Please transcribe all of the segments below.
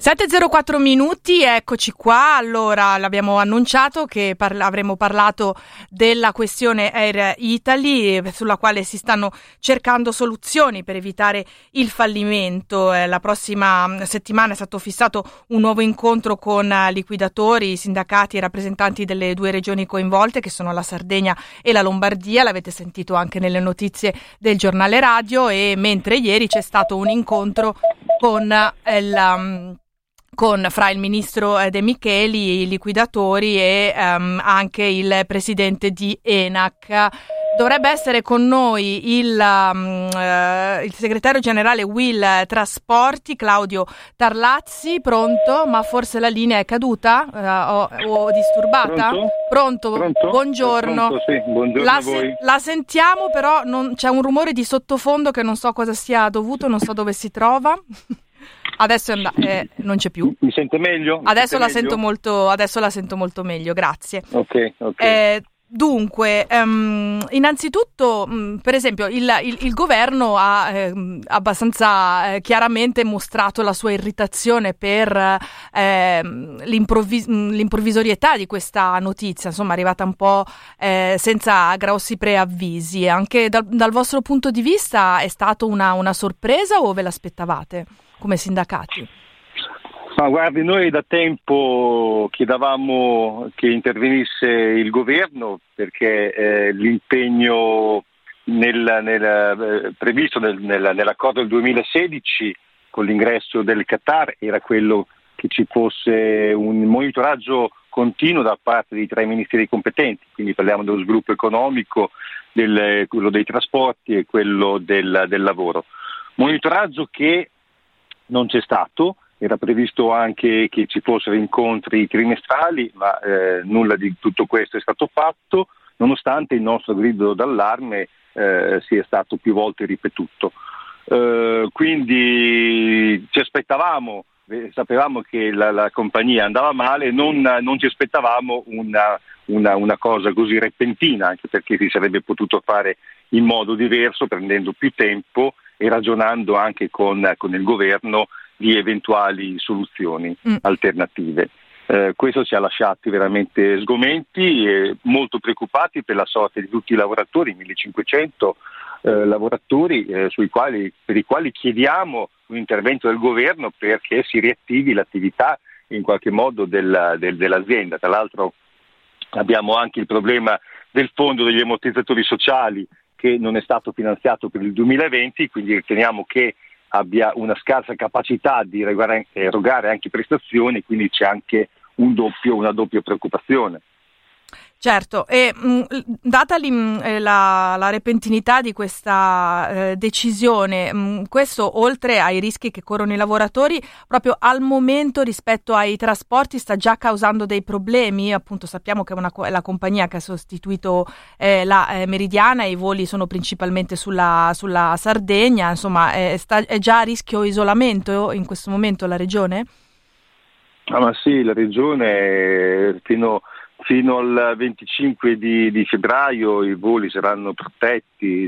7:04 minuti, eccoci qua. Allora, l'abbiamo annunciato che avremmo parlato della questione Air Italy, sulla quale si stanno cercando soluzioni per evitare il fallimento. La prossima settimana è stato fissato un nuovo incontro con liquidatori, sindacati e rappresentanti delle due regioni coinvolte, che sono la Sardegna e la Lombardia. L'avete sentito anche nelle notizie del giornale radio. E mentre ieri c'è stato un incontro fra il ministro De Micheli, i liquidatori e anche il presidente di ENAC. Dovrebbe essere con noi il segretario generale Will Trasporti, Claudio Tarlazzi. Pronto? Ma forse la linea è caduta o disturbata? Pronto? Buongiorno. Pronto, sì. Buongiorno a voi. La sentiamo, però c'è un rumore di sottofondo che non so cosa sia dovuto, non so dove si trova. Adesso non c'è più. Mi sente meglio? Adesso la sento molto meglio, grazie. Ok. Dunque, innanzitutto, per esempio, il governo ha abbastanza chiaramente mostrato la sua irritazione per l'improvvisorietà di questa notizia, insomma, è arrivata un po' senza grossi preavvisi. Anche dal vostro punto di vista è stata una sorpresa o ve l'aspettavate come sindacati? Ma guardi, noi da tempo chiedevamo che intervenisse il governo perché l'impegno previsto nell'accordo del 2016 con l'ingresso del Qatar era quello che ci fosse un monitoraggio continuo da parte dei tre ministeri competenti, quindi parliamo dello sviluppo economico, quello dei trasporti e quello del lavoro. Monitoraggio che non c'è stato. Era previsto anche che ci fossero incontri trimestrali, ma nulla di tutto questo è stato fatto, nonostante il nostro grido d'allarme sia stato più volte ripetuto. Quindi ci aspettavamo, sapevamo che la compagnia andava male, non ci aspettavamo una cosa così repentina, anche perché si sarebbe potuto fare in modo diverso, prendendo più tempo e ragionando anche con il governo di eventuali soluzioni alternative. Questo ci ha lasciati veramente sgomenti e molto preoccupati per la sorte di tutti i lavoratori, 1500 lavoratori per i quali chiediamo un intervento del governo perché si riattivi l'attività in qualche modo dell'azienda. Tra l'altro abbiamo anche il problema del fondo degli ammortizzatori sociali che non è stato finanziato per il 2020, quindi riteniamo che abbia una scarsa capacità di erogare anche prestazioni, quindi c'è anche una doppia preoccupazione. Certo, e data la repentinità di questa decisione, questo oltre ai rischi che corrono i lavoratori, proprio al momento rispetto ai trasporti sta già causando dei problemi. Appunto sappiamo che è la compagnia che ha sostituito la Meridiana, e i voli sono principalmente sulla Sardegna, insomma è già a rischio isolamento in questo momento la regione? Ma sì, la regione fino al 25 di febbraio i voli saranno protetti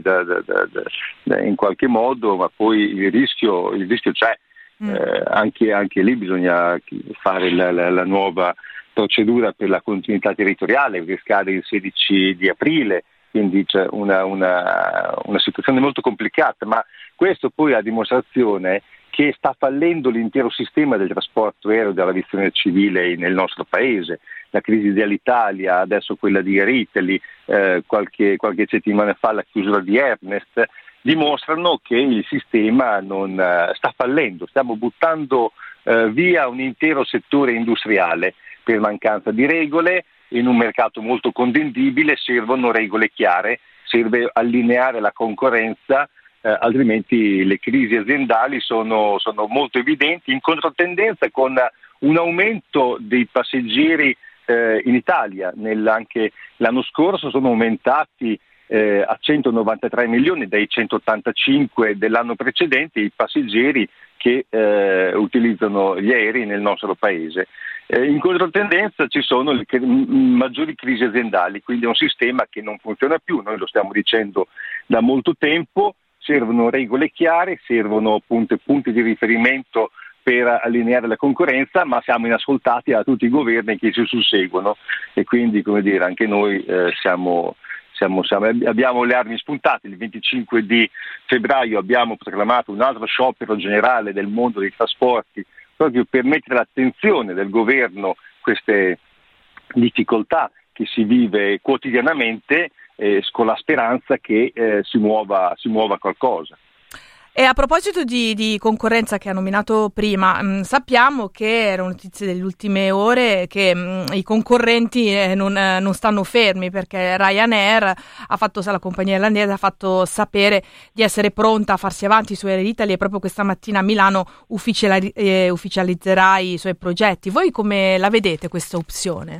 in qualche modo, ma poi il rischio c'è. Anche lì bisogna fare la nuova procedura per la continuità territoriale che scade il 16 di aprile, quindi c'è una situazione molto complicata, ma questo poi è a dimostrazione che sta fallendo l'intero sistema del trasporto aereo e dell'aviazione civile nel nostro paese. La crisi dell'Italia, adesso quella di Air Italy, qualche settimana fa la chiusura di Ernest, dimostrano che il sistema non sta fallendo. Stiamo buttando via un intero settore industriale per mancanza di regole. In un mercato molto contendibile servono regole chiare, serve allineare la concorrenza, altrimenti le crisi aziendali sono molto evidenti, in controtendenza con un aumento dei passeggeri in Italia. Anche l'anno scorso sono aumentati a 193 milioni dai 185 dell'anno precedente i passeggeri che utilizzano gli aerei nel nostro paese. In controtendenza ci sono le maggiori crisi aziendali, quindi è un sistema che non funziona più, noi lo stiamo dicendo da molto tempo. Servono regole chiare, servono punti di riferimento per allineare la concorrenza, ma siamo inascoltati da tutti i governi che ci susseguono, e quindi, come dire, anche noi abbiamo le armi spuntate. Il 25 di febbraio abbiamo proclamato un altro sciopero generale del mondo dei trasporti, proprio per mettere l'attenzione del governo queste difficoltà che si vive quotidianamente, con la speranza che si muova qualcosa. E a proposito di concorrenza che ha nominato prima, sappiamo che erano notizie delle ultime ore che i concorrenti non stanno fermi, perché Ryanair la compagnia irlandese ha fatto sapere di essere pronta a farsi avanti su Air Italy, e proprio questa mattina a Milano ufficializzerà i suoi progetti. Voi come la vedete questa opzione?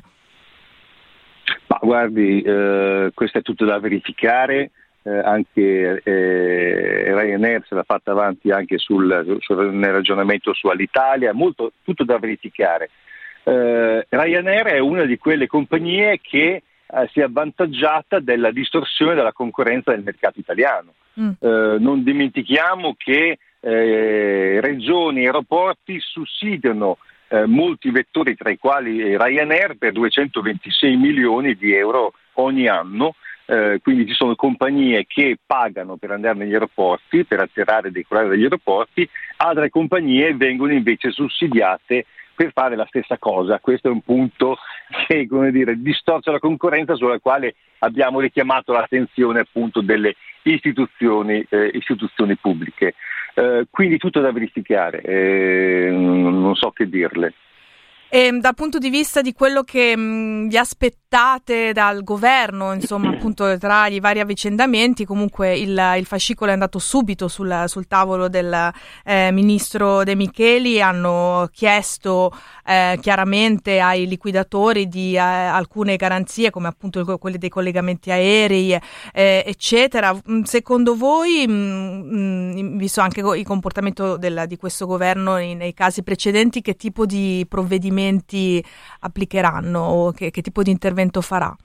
Ma guardi, questo è tutto da verificare. Anche Ryanair se l'ha fatta avanti anche nel ragionamento su Alitalia, tutto da verificare. Ryanair è una di quelle compagnie che si è avvantaggiata della distorsione della concorrenza del mercato italiano. Non dimentichiamo che regioni e aeroporti sussidiano molti vettori, tra i quali Ryanair, per 226 milioni di euro ogni anno. Quindi ci sono compagnie che pagano per andare negli aeroporti, per atterrare e decollare dagli aeroporti, altre compagnie vengono invece sussidiate per fare la stessa cosa. Questo è un punto che, come dire, distorce la concorrenza, sulla quale abbiamo richiamato l'attenzione appunto delle istituzioni pubbliche. Quindi tutto da verificare, non so che dirle. E dal punto di vista di quello che vi aspettate dal governo, insomma, appunto tra i vari avvicendamenti, comunque il fascicolo è andato subito sul tavolo del ministro De Micheli. Hanno chiesto chiaramente ai liquidatori di alcune garanzie, come appunto quelle dei collegamenti aerei, eccetera. Secondo voi, visto anche il comportamento di questo governo nei casi precedenti, che tipo di provvedimenti applicheranno o che tipo di intervento farà?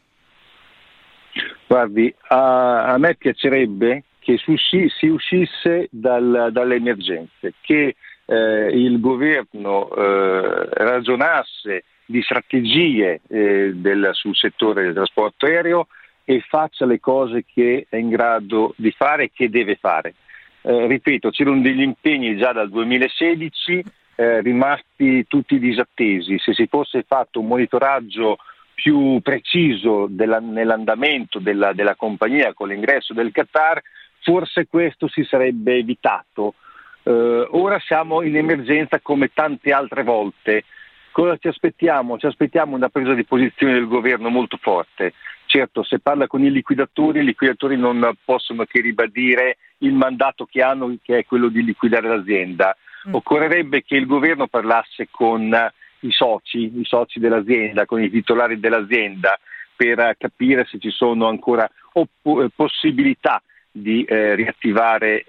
Guardi, a me piacerebbe che si uscisse dalle emergenze, che il governo ragionasse di strategie sul settore del trasporto aereo e faccia le cose che è in grado di fare e che deve fare. Ripeto, c'erano degli impegni già dal 2016 rimasti tutti disattesi. Se si fosse fatto un monitoraggio più preciso nell'andamento della compagnia con l'ingresso del Qatar, forse questo si sarebbe evitato. Ora siamo in emergenza come tante altre volte. Cosa ci aspettiamo? Ci aspettiamo una presa di posizione del governo molto forte. Certo, se parla con i liquidatori non possono che ribadire il mandato che hanno, che è quello di liquidare l'azienda. Occorrerebbe che il governo parlasse con i soci dell'azienda, con i titolari dell'azienda, per capire se ci sono ancora possibilità di riattivare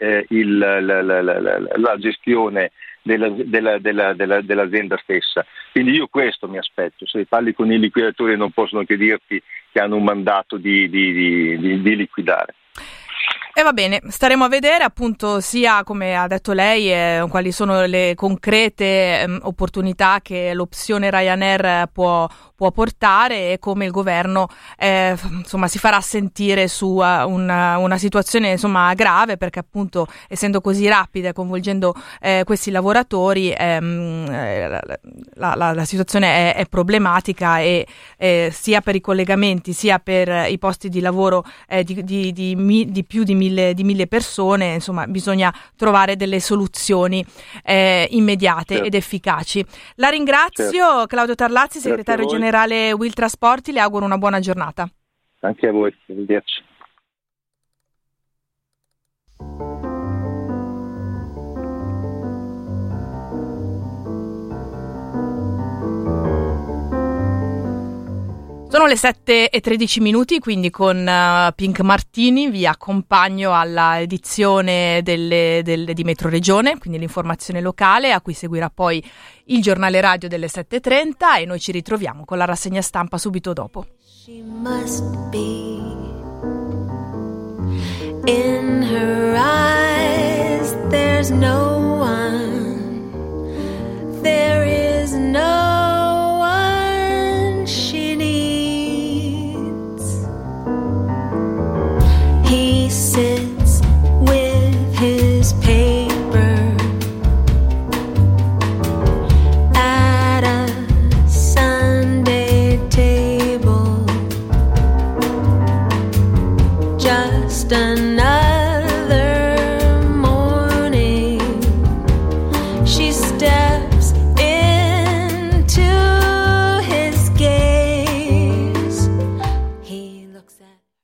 la gestione dell'azienda stessa. Quindi io questo mi aspetto. Se parli con i liquidatori non possono che dirti che hanno un mandato di liquidare. E va bene, staremo a vedere appunto sia, come ha detto lei, quali sono le concrete opportunità che l'opzione Ryanair può portare, e come il governo insomma si farà sentire su una situazione insomma grave, perché appunto essendo così rapida e coinvolgendo questi lavoratori la situazione è problematica, e sia per i collegamenti sia per i posti di lavoro di più di mille persone. Insomma, bisogna trovare delle soluzioni immediate ed efficaci. La ringrazio, Claudio Tarlazzi, segretario generale Will Trasporti, le auguro una buona giornata. Anche a voi, arrivederci. Sono le 7:13, quindi con Pink Martini vi accompagno alla edizione di Metro Regione, quindi l'informazione locale, a cui seguirà poi il giornale radio delle 7:30, e noi ci ritroviamo con la rassegna stampa subito dopo. She must be in her eyes.